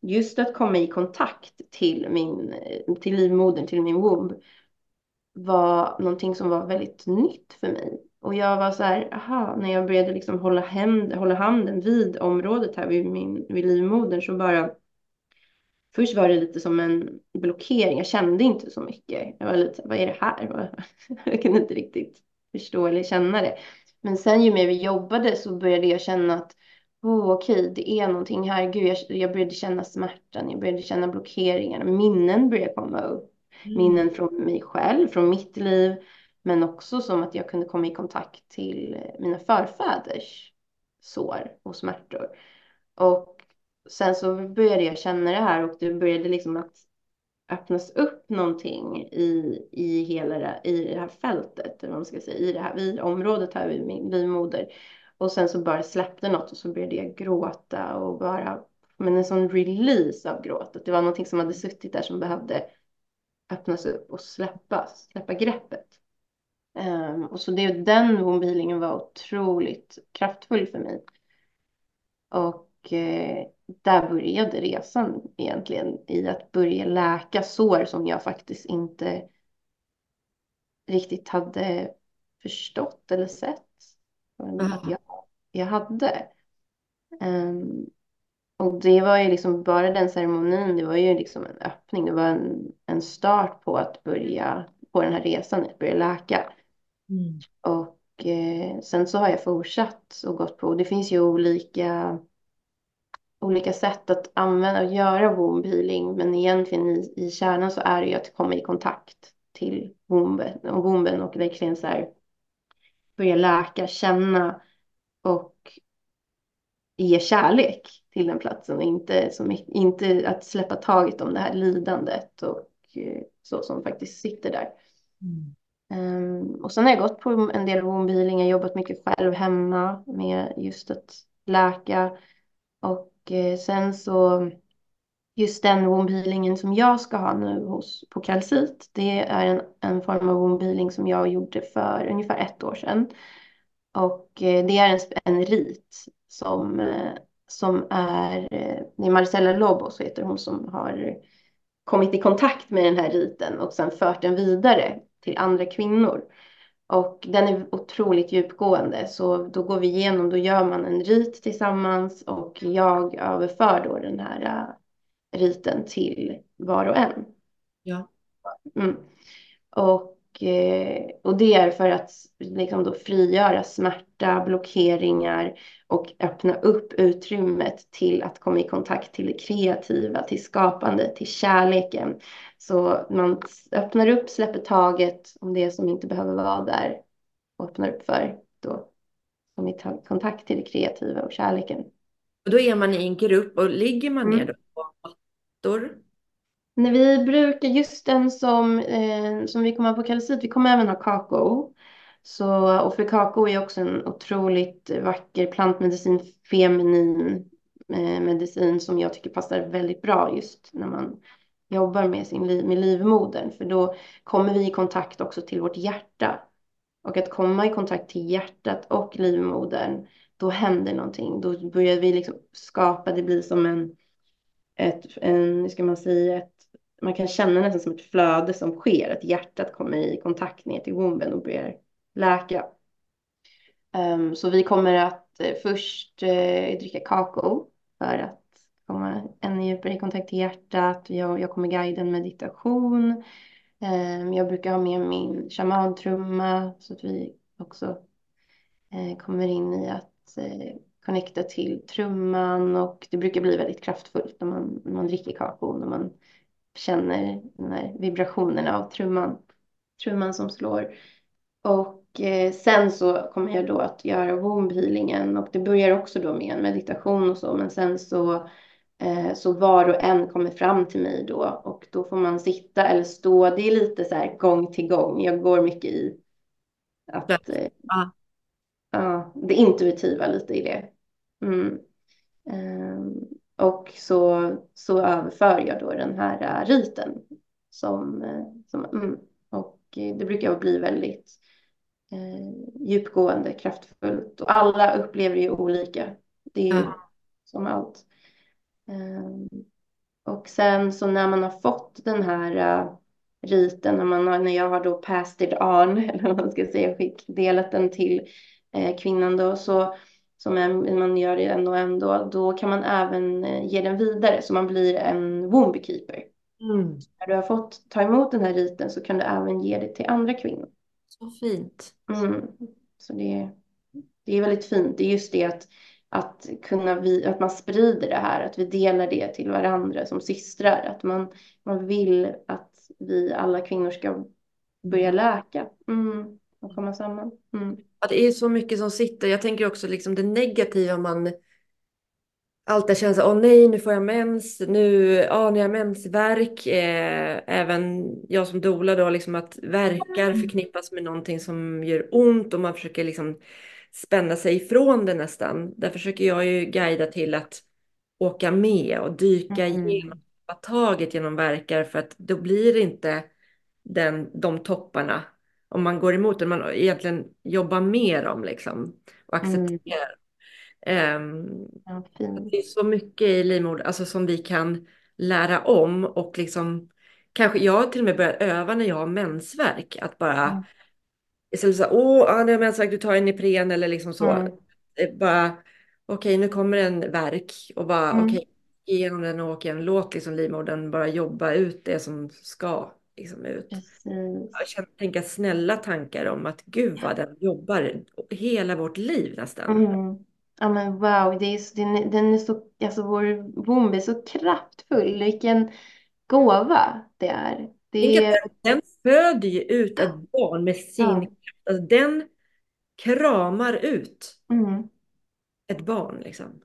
just att komma i kontakt till livmodern, till min womb, var någonting som var väldigt nytt för mig. Och jag var så här, aha, när jag började liksom hålla handen vid området här vid livmodern, så bara, först var det lite som en blockering. Jag kände inte så mycket. Jag var lite, vad är det här? Jag kunde inte riktigt förstå eller känna det. Men sen ju mer vi jobbade så började jag känna att okej, det är någonting här. Gud, jag började känna smärtan. Jag började känna blockeringar. Minnen började komma upp. Mm. Minnen från mig själv, från mitt liv. Men också som att jag kunde komma i kontakt till mina förfäders sår och smärtor. Och sen så började jag känna det här, och det började liksom att öppnas upp någonting i hela i det här fältet, eller vad man ska säga, i det här vid området här vid min livmoder. Och sen så bara släppte något, och så började jag gråta, och bara, men en sån release av gråtet. Det var någonting som hade suttit där som behövde öppnas upp och släppa greppet. Och så den wombhealingen var otroligt kraftfull för mig. Och där började resan egentligen, i att börja läka sår som jag faktiskt inte riktigt hade förstått eller sett att Ja. jag hade. Ehm, och det var ju liksom bara den ceremonin, det var ju liksom en öppning, det var en start på att börja på den här resan, att börja läka. Mm. Och sen så har jag fortsatt och gått på, det finns ju olika sätt att använda och göra womb healing, men egentligen i kärnan så är det ju att komma i kontakt till womben och verkligen så här börja läka, känna och ge kärlek till den platsen, och inte att släppa taget om det här lidandet och så som faktiskt sitter där. Mm. Och sen har jag gått på en del womb healing, jag har jobbat mycket själv hemma med just att läka, och sen så just den wombhealingen som jag ska ha nu på Kalsit, det är en form av wombhealing som jag gjorde för ungefär 1 år sedan. Och det är en rit som det är Marcella Lobos heter hon, som har kommit i kontakt med den här riten och sen fört den vidare till andra kvinnor. Och den är otroligt djupgående, så då gör man en rit tillsammans, och jag överför då den här riten till var och en. Ja. Mm. Och det är för att liksom då frigöra smärta, blockeringar och öppna upp utrymmet till att komma i kontakt till det kreativa, till skapandet, till kärleken. Så man öppnar upp, släpper taget om det som inte behöver vara där, och öppnar upp för då komma i kontakt till det kreativa och kärleken. Och då är man i en grupp och ligger man ner då Mm. på mattor? När vi brukar, just den som vi kommer på Kalsit, vi kommer även ha kakao. Och för kakao är också en otroligt vacker plantmedicin, feminin medicin, som jag tycker passar väldigt bra just när man jobbar med livmodern. För då kommer vi i kontakt också till vårt hjärta. Och att komma i kontakt till hjärtat och livmodern, då händer någonting. Då börjar vi liksom skapa, det blir som hur ska man säga, man kan känna nästan som ett flöde som sker, att hjärtat kommer i kontakt ner till womben och börjar läka. Så vi kommer att först dricka kakao för att komma ännu djupare i kontakt till hjärtat. Jag kommer guida en meditation. Jag brukar ha med min shamantrumma, så att vi också kommer in i att connecta till trumman, och det brukar bli väldigt kraftfullt när man dricker kakao, när man känner den här vibrationen av trumman som slår. Och sen så kommer jag då att göra womb-healingen, och det börjar också då med en meditation och så, men sen så var och en kommer fram till mig då, och då får man sitta eller stå. Det är lite så här gång till gång. Jag går mycket i att Ja. ja, det intuitiva lite i det. Mm. Ehm, och så överför jag då den här riten och det brukar bli väldigt djupgående, kraftfullt, och alla upplever ju olika. Det är ju Ja. som allt. Ehm, Och sen så när man har fått den här riten, när jag har då passed it on, eller vad man ska säga, delat den till kvinnan då, så som man gör det en och en då kan man även ge den vidare så man blir en womb keeper. Mm. När du har fått ta emot den här riten så kan du även ge det till andra kvinnor. Så fint. Mm. Så det är väldigt fint. Det är just det att att man sprider det här, att vi delar det till varandra som systrar. Att man vill att vi alla kvinnor ska börja läka och komma samman. Mm. Ja, det är så mycket som sitter. Jag tänker också liksom det negativa man alltid känner så, åh nej, nu får jag mens, nu har jag mensvärk. Även jag som doula då, liksom att verkar förknippas med någonting som gör ont och man försöker liksom spänna sig ifrån det nästan. Där försöker jag ju guida till att åka med och dyka igenom, Mm. ta taget genom verkar för att då blir det inte de topparna. Om man går emot det, man egentligen jobbar med dem liksom och Mm. accepterar. Ehm, Ja, det är fint. så mycket i livmodern alltså, som vi kan lära om och liksom kanske jag har till och med börjat öva när jag har mensvärk att bara Mm. istället för att säga åh, nu har jag mensvärk, du tar en Ipren eller liksom så. Mm. Bara okej, nu kommer en värk och bara Mm. okej, igenom den och åk igen. Låt liksom livmodern bara jobba ut det som ska liksom ut. Jag Precis. känner tänka snälla tankar om att gud vad den jobbar hela vårt liv nästan. Mm. Ja men wow, den är så, alltså vår womb är så kraftfull. Vilken gåva det är. Tänk att Det är, den föder ju ut ett barn med sin ja. kraft. Alltså, den kramar ut Mm. ett barn liksom.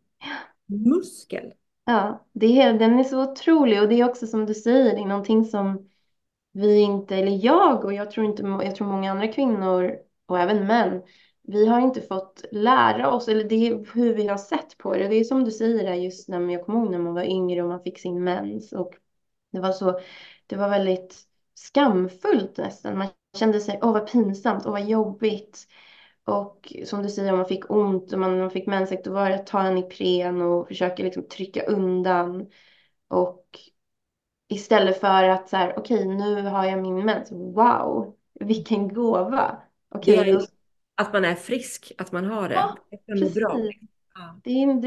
Muskel. Ja, den är så otrolig och det är också som du säger, det är någonting som vi inte, eller jag och jag tror inte, jag tror många andra kvinnor och även män, vi har inte fått lära oss, eller det är hur vi har sett på det. Det är som du säger där just när jag kommer ihåg när man var yngre och man fick sin mens och det var så, det var väldigt skamfullt nästan. Man kände sig, åh vad pinsamt, åh vad jobbigt. Och som du säger, om man fick ont och man fick mensvärk, då var det att ta en Ipren och försöka liksom trycka undan. Och istället för att så här, okej, nu har jag min mens. Wow, vilken gåva. Det Okej, är då... att man är frisk, att man har det. Ja, Att man mår bra. precis. Ja.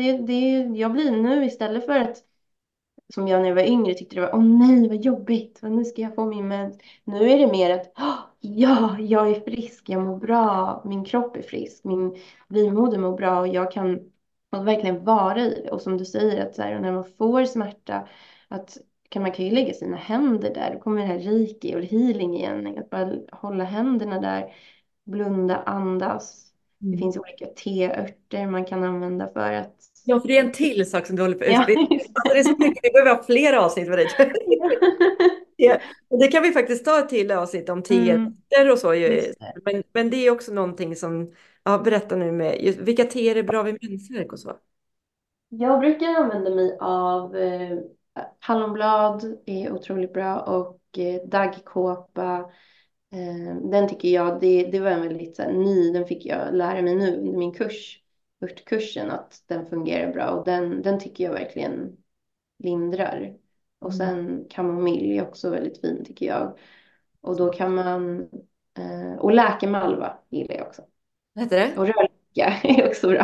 Jag blir nu istället för att som jag när jag var yngre tyckte det var, åh nej vad jobbigt, nu ska jag få min mens. Nu är det mer att, ja, jag är frisk, jag mår bra, min kropp är frisk, min livmoder mår bra och jag kan verkligen vara i det. Och som du säger, att så här, när man får smärta, att man kan ju lägga sina händer där, då kommer det här reiki och healing igen, att bara hålla händerna där, blunda, andas. Det Mm. finns olika teörter man kan använda för att, Ja, för det är en till sak som du håller på att ja, utbilda. just Alltså, det är så mycket, vi behöver ha fler avsnitt med dig. det. Ja, och det kan vi faktiskt ta ett till avsnitt om Mm. teer och så. Just det. Men det är också någonting som, ja, berätta nu med, vilka teer är bra vid mensvärk och så? Jag brukar använda mig av hallonblad, är otroligt bra, och daggkåpa. Den tycker jag, det var en väldigt så här, ny, den fick jag lära mig nu under min kurs, örtkursen, att den fungerar bra. Och den tycker jag verkligen lindrar. Och Mm. sen kamomill är också väldigt fin tycker jag. Och då kan man, och läkemalva gillar jag också. Vad heter det? Och rölleka är också bra.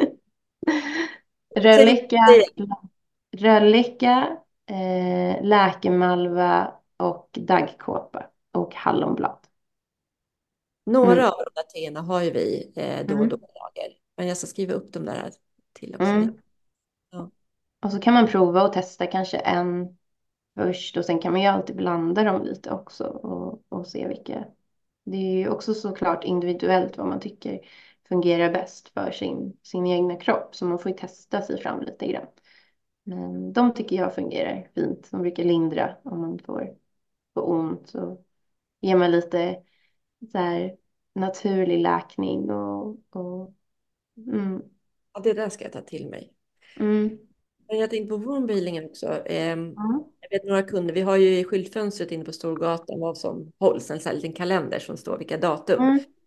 Säg det Rölleka, igen. rölleka, läkemalva och daggkåpa och hallonblad. Några Mm. av de där teerna har ju vi då och då Mm. i lager. Men jag ska skriva upp dem där här till också. Mm. Ja. Och så kan man prova och testa kanske en först och sen kan man ju alltid blanda dem lite också och se vilka. Det är ju också såklart individuellt vad man tycker fungerar bäst för sin egna kropp. Så man får ju testa sig fram lite grann. Men de tycker jag fungerar fint. De brukar lindra om man får ont. Så ger man lite så här naturlig läkning och mm, Ja, det där ska jag ta till mig. mm, Men jag tänkte på wombhealingen också. mm, Jag vet några kunder, vi har ju i skyltfönstret inne på Storgatan vad som hålls, en sån här liten kalender som står vilka datum. mm,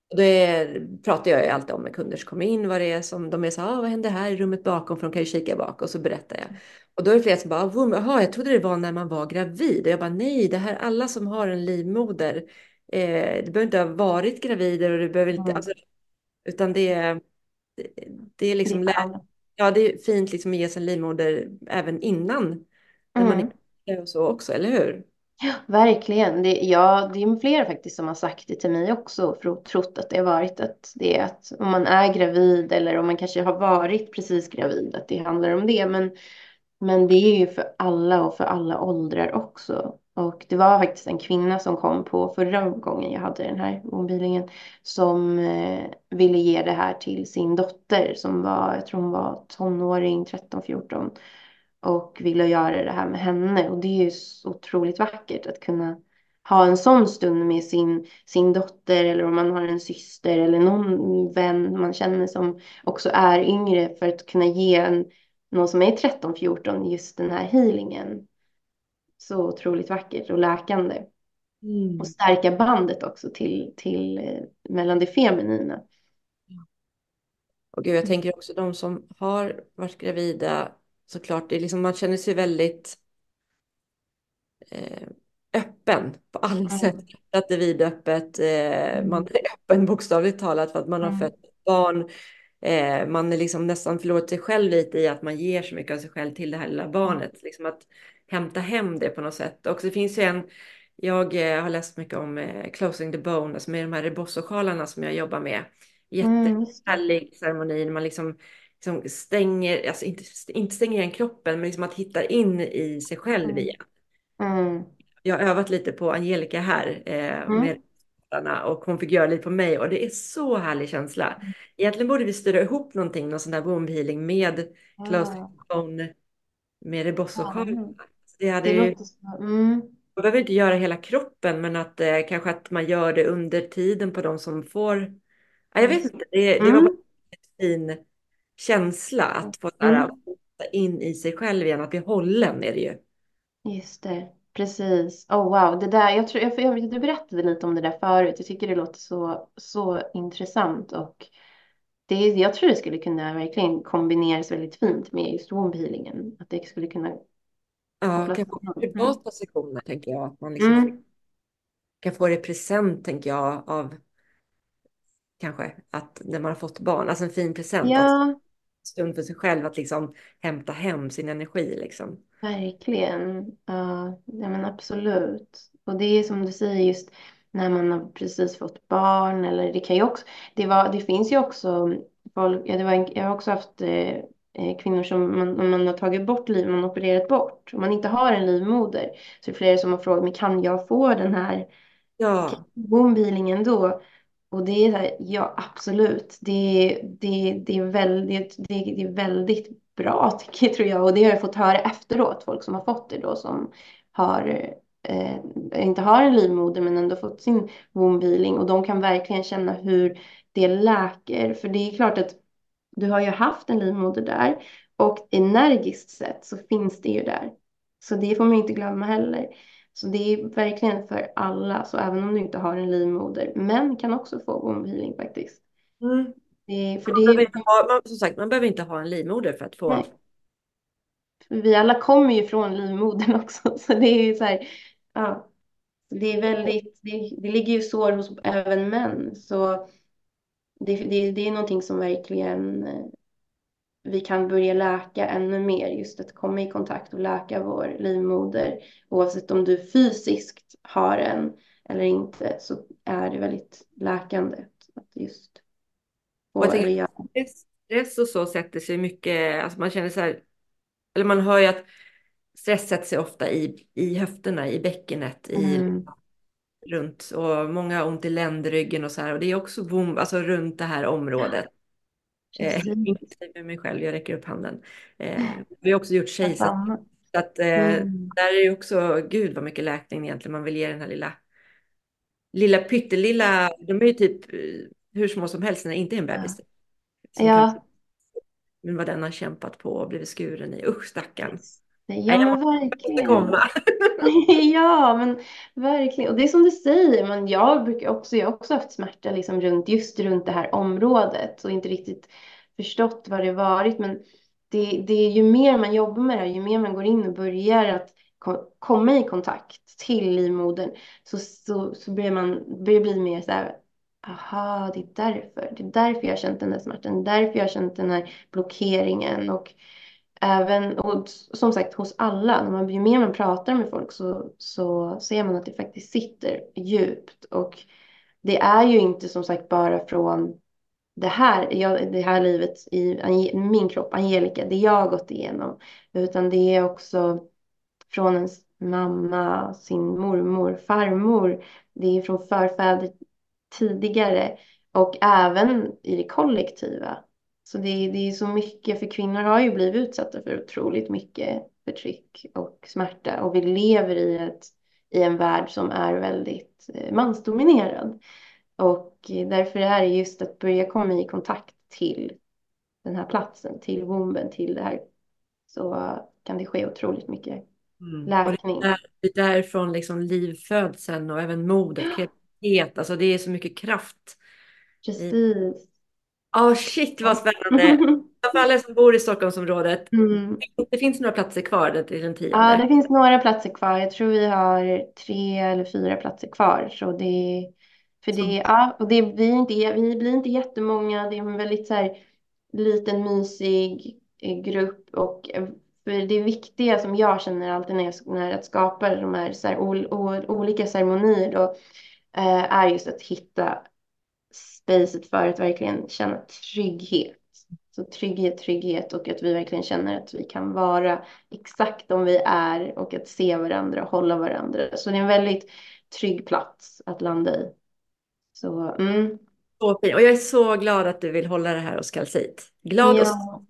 Och det pratar jag ju alltid om med kunder som kommer in, vad det är som de är så vad händer här i rummet bakom? För de kan ju kika bak och så berättar jag. Och då är det flera som bara, jaha, jag trodde det var när man var gravid. Och jag bara, nej, det här alla som har en livmoder, det behöver inte ha varit gravider och det behöver inte, Mm. alltså, utan det är Det är liksom, för alla. ja, det är fint liksom att ge sig en livmoder även innan, när man Mm. är och så också, eller hur? Verkligen. Ja, det är flera faktiskt som har sagt det till mig också. För trott att det har varit att det är att om man är gravid eller om man kanske har varit precis gravid, att det handlar om det. Men det är ju för alla och för alla åldrar också. Och det var faktiskt en kvinna som kom på förra gången jag hade den här mobilingen som ville ge det här till sin dotter som var, jag tror hon var tonåring, 13-14 och ville göra det här med henne. Och det är ju så otroligt vackert att kunna ha en sån stund med sin dotter eller om man har en syster eller någon vän man känner som också är yngre för att kunna ge någon som är 13-14 just den här healingen. Så otroligt vackert och läkande. Och Mm. stärka bandet också till mellan det feminina. Och gud, jag tänker också de som har varit gravida, såklart, det är liksom, man känner sig väldigt eh, öppen på alla sätt. Mm. Att det är vidöppet. Man Mm. är öppen bokstavligt talat för att man har Mm. fött barn. Man är liksom nästan förlorat sig själv lite i att man ger så mycket av sig själv till det här lilla barnet. Liksom att hämta hem det på något sätt. Och det finns ju jag har läst mycket om Closing the Bone, alltså med de här rebozo-sjalarna som jag jobbar med. Just det. Jättehärlig ceremoni när man liksom stänger, alltså inte stänger igen kroppen, men liksom att hitta in i sig själv Mm. igen. Mm. Jag har övat lite på Angelica här med Mm. rösterna och hon fick göra lite på mig och det är så härlig känsla. Egentligen borde vi styra ihop någonting, någon sån där womb healing med closed Ah. bone med rebozo. Ja, Det hade det ju, låter så. Mm. man behöver inte göra hela kroppen men att kanske att man gör det under tiden på de som får. Ja, jag vet Just. inte, det var bara Mm. en fin känsla att få så här, Mm. in i sig själv igen, att bli hållen är det ju. Just det, precis. Oh wow, det där, du berättade lite om det där förut. Jag tycker det låter så intressant och jag tror det skulle kunna verkligen kombineras väldigt fint med just wombhealingen. Att det skulle kunna Ja, kopplas kanske samman. Mm. privata sektioner tänker jag. Att man liksom Mm. kan få det i present tänker jag av kanske att när man har fått barn, alltså en fin present, att Ja, stund för sig själv att liksom hämta hem sin energi liksom. verkligen. Ja, men absolut. Och det är som du säger just när man har precis fått barn eller det kan ju också, det finns ju också folk, ja, jag har också haft kvinnor som om man har tagit bort man har opererat bort, om man inte har en livmoder så är det flera som har frågat men kan jag få den här Ja, wombhealingen då? Och det är så här, ja absolut. Det är väldigt, det är väldigt bra tycker tror jag. Och det har jag fått höra efteråt. Folk som har fått det då som har, inte har en livmoder men ändå fått sin wombhealing. Och de kan verkligen känna hur det läker. För det är klart att du har ju haft en livmoder där. Och energiskt sett så finns det ju där. Så det får man inte glömma heller. Så det är verkligen för alla, så även om du inte har en livmoder. Män kan också få wombhealing faktiskt. mm. För Man behöver det, inte ha, som sagt, man behöver inte ha en livmoder för att få. nej, för vi alla kommer ju från livmodern också. Så det är ju så här, ja, det är väldigt, det ligger ju sår hos även män. Så det är någonting som verkligen vi kan börja läka ännu mer. Just att komma i kontakt och läka vår livmoder. Oavsett om du fysiskt har en eller inte så är det väldigt läkande att just Och jag få det tänker, göra. stress och så sätter sig mycket, alltså man känner så här, eller man hör ju att stress sätter sig ofta i höfterna, i bäckenet, Mm, runt och många har ont i ländryggen och så här och det är också alltså runt det här området. precis. Inklusive med mig själv, jag räcker upp handen. Vi har också gjort kejsarsnitt. Detsamma. Så att, Mm. där är ju också, gud vad mycket läkning egentligen man vill ge den här lilla pyttelilla, de är ju typ hur små som helst när det inte är en Ja. bebis. Som kan, Ja, men vad den har kämpat på och blivit skuren i, usch stackarn. Ja, Nej, jag men måste verkligen. komma. Ja, men verkligen. Och det är som du säger, men jag har också haft smärta liksom runt det här området och inte riktigt förstått vad det varit. Men det är ju mer man jobbar med det här, ju mer man går in och börjar att komma i kontakt till livmodern så börjar bli mer så här, aha, det är därför jag har känt den här smärtan, det är därför jag har känt den här blockeringen och även, och som sagt hos alla, ju mer man pratar med folk så ser man att det faktiskt sitter djupt. Och det är ju inte som sagt bara från det här livet i min kropp, Angelica, det jag har gått igenom. Utan det är också från ens mamma, sin mormor, farmor. Det är från förfäder tidigare och även i det kollektiva. Så det är så mycket, för kvinnor har ju blivit utsatta för otroligt mycket förtryck och smärta. Och vi lever i en värld som är väldigt mansdominerad. Och därför är det just att börja komma i kontakt till den här platsen, till womben, till det här. Så kan det ske otroligt mycket Och läkning. det är därifrån liksom liv föds sen och även modet, kreativitet. Alltså det är så mycket kraft. Precis. Shit vad spännande. För alla som bor i Stockholmsområdet. Mm. Det finns några platser kvar till den Ja, 10:e. det finns några platser kvar. Jag tror vi har 3 eller 4 platser kvar. Så Som, och vi blir inte jättemånga. Det är en väldigt så här liten mysig grupp. Och för det viktiga som jag känner alltid när jag skapar de här, olika ceremonier då, är just att hitta spacet för att verkligen känna trygghet. Så trygghet och att vi verkligen känner att vi kan vara exakt de vi är och att se varandra och hålla varandra. Så det är en väldigt trygg plats att landa i. Så, så fin. Och jag är så glad att du vill hålla det här hos Kalsit. Glad och ja.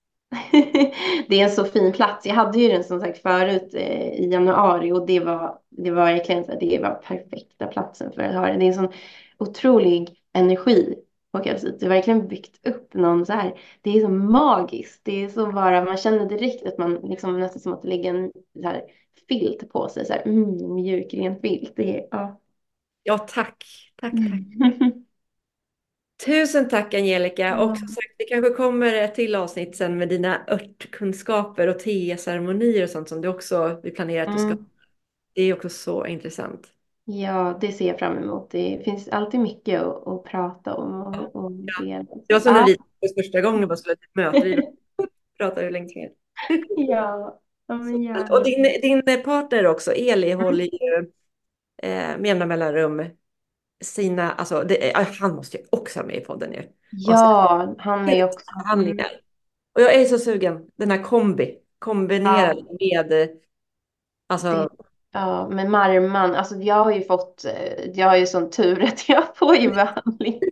Det är en så fin plats. Jag hade ju den som sagt förut i januari och det var verkligen så här, det var perfekta platsen för att ha det. Det är en sån otrolig energi på Kalsit. Det har verkligen byggt upp någon så här. Det är så magiskt. Det är så bara, man känner direkt att man liksom nästan som att det ligger en så här filt på sig. Så här, mjuk, ren filt. Det är, ja. ja, tack. Tack, tack. Mm. Tusen tack Angelica. Och som Ja. sagt, det kanske kommer ett till avsnitt sen med dina örtkunskaper och teceremonier och sånt som du också vi planerar att du ska. Mm. Det är också så intressant. Ja, det ser jag fram emot. Det finns alltid mycket att prata om Ja. och dela. Det var Så, som när vi träffades första gången bara skulle ha ett möte. Vi pratade hur länge som helst. ja, men Och gärna. din partner också, Eli, håller ju med jämna mellanrum alltså han måste ju också vara med i podden ju. Och så Ja, han är också. förhandlingar. Och jag är så sugen, den här kombinerad Ja, med, det, alltså, ja, med Marman. Alltså jag har ju sån tur att jag får ju behandling.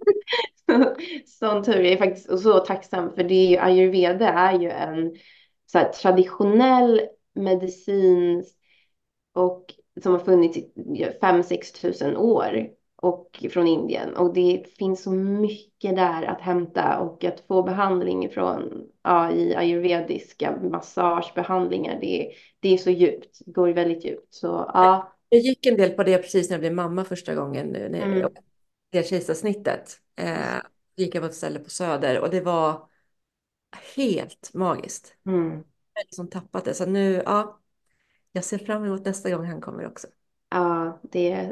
Sån tur. Jag är faktiskt så tacksam för det är ju, ayurveda är ju en så här, traditionell medicin och som har funnits i 5 000-6 000 år och från Indien. Och det finns så mycket där att hämta och att få behandling från i ayurvediska massagebehandlingar. Det är så djupt, det går väldigt djupt. Så ja. jag gick en del på det precis när jag blev mamma första gången, Mm. det kejsarsnittet. Gick jag på ett ställe på Söder och det var helt magiskt. Mm. Jag har liksom tappat det. Så nu, ja, jag ser fram emot nästa gång han kommer också. Ja,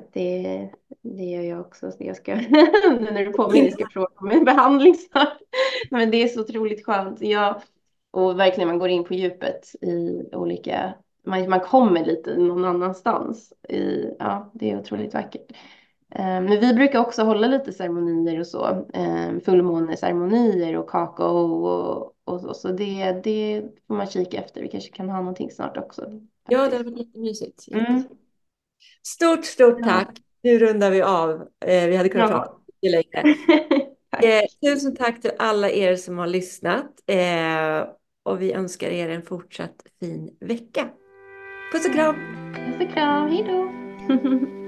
det gör jag också. Så jag ska, nu när du påminner, jag ska prova med en behandling snart. Men det är så otroligt skönt. Och verkligen man går in på djupet i olika, man kommer lite någon annanstans. Ja, det är otroligt vackert. Men vi brukar också hålla lite ceremonier och så. Fullmåneceremonier och kakao och så. Så det får man kika efter. Vi kanske kan ha någonting snart också. Ja, det Faktiskt. har varit jättemysigt. Mm. Stort Ja. tack. Nu rundar vi av. Vi hade kunnat prata Ja. mycket längre. Tack. Tusen tack till alla er som har lyssnat. Och vi önskar er en fortsatt fin vecka. Puss och kram! Puss och kram. Hej då.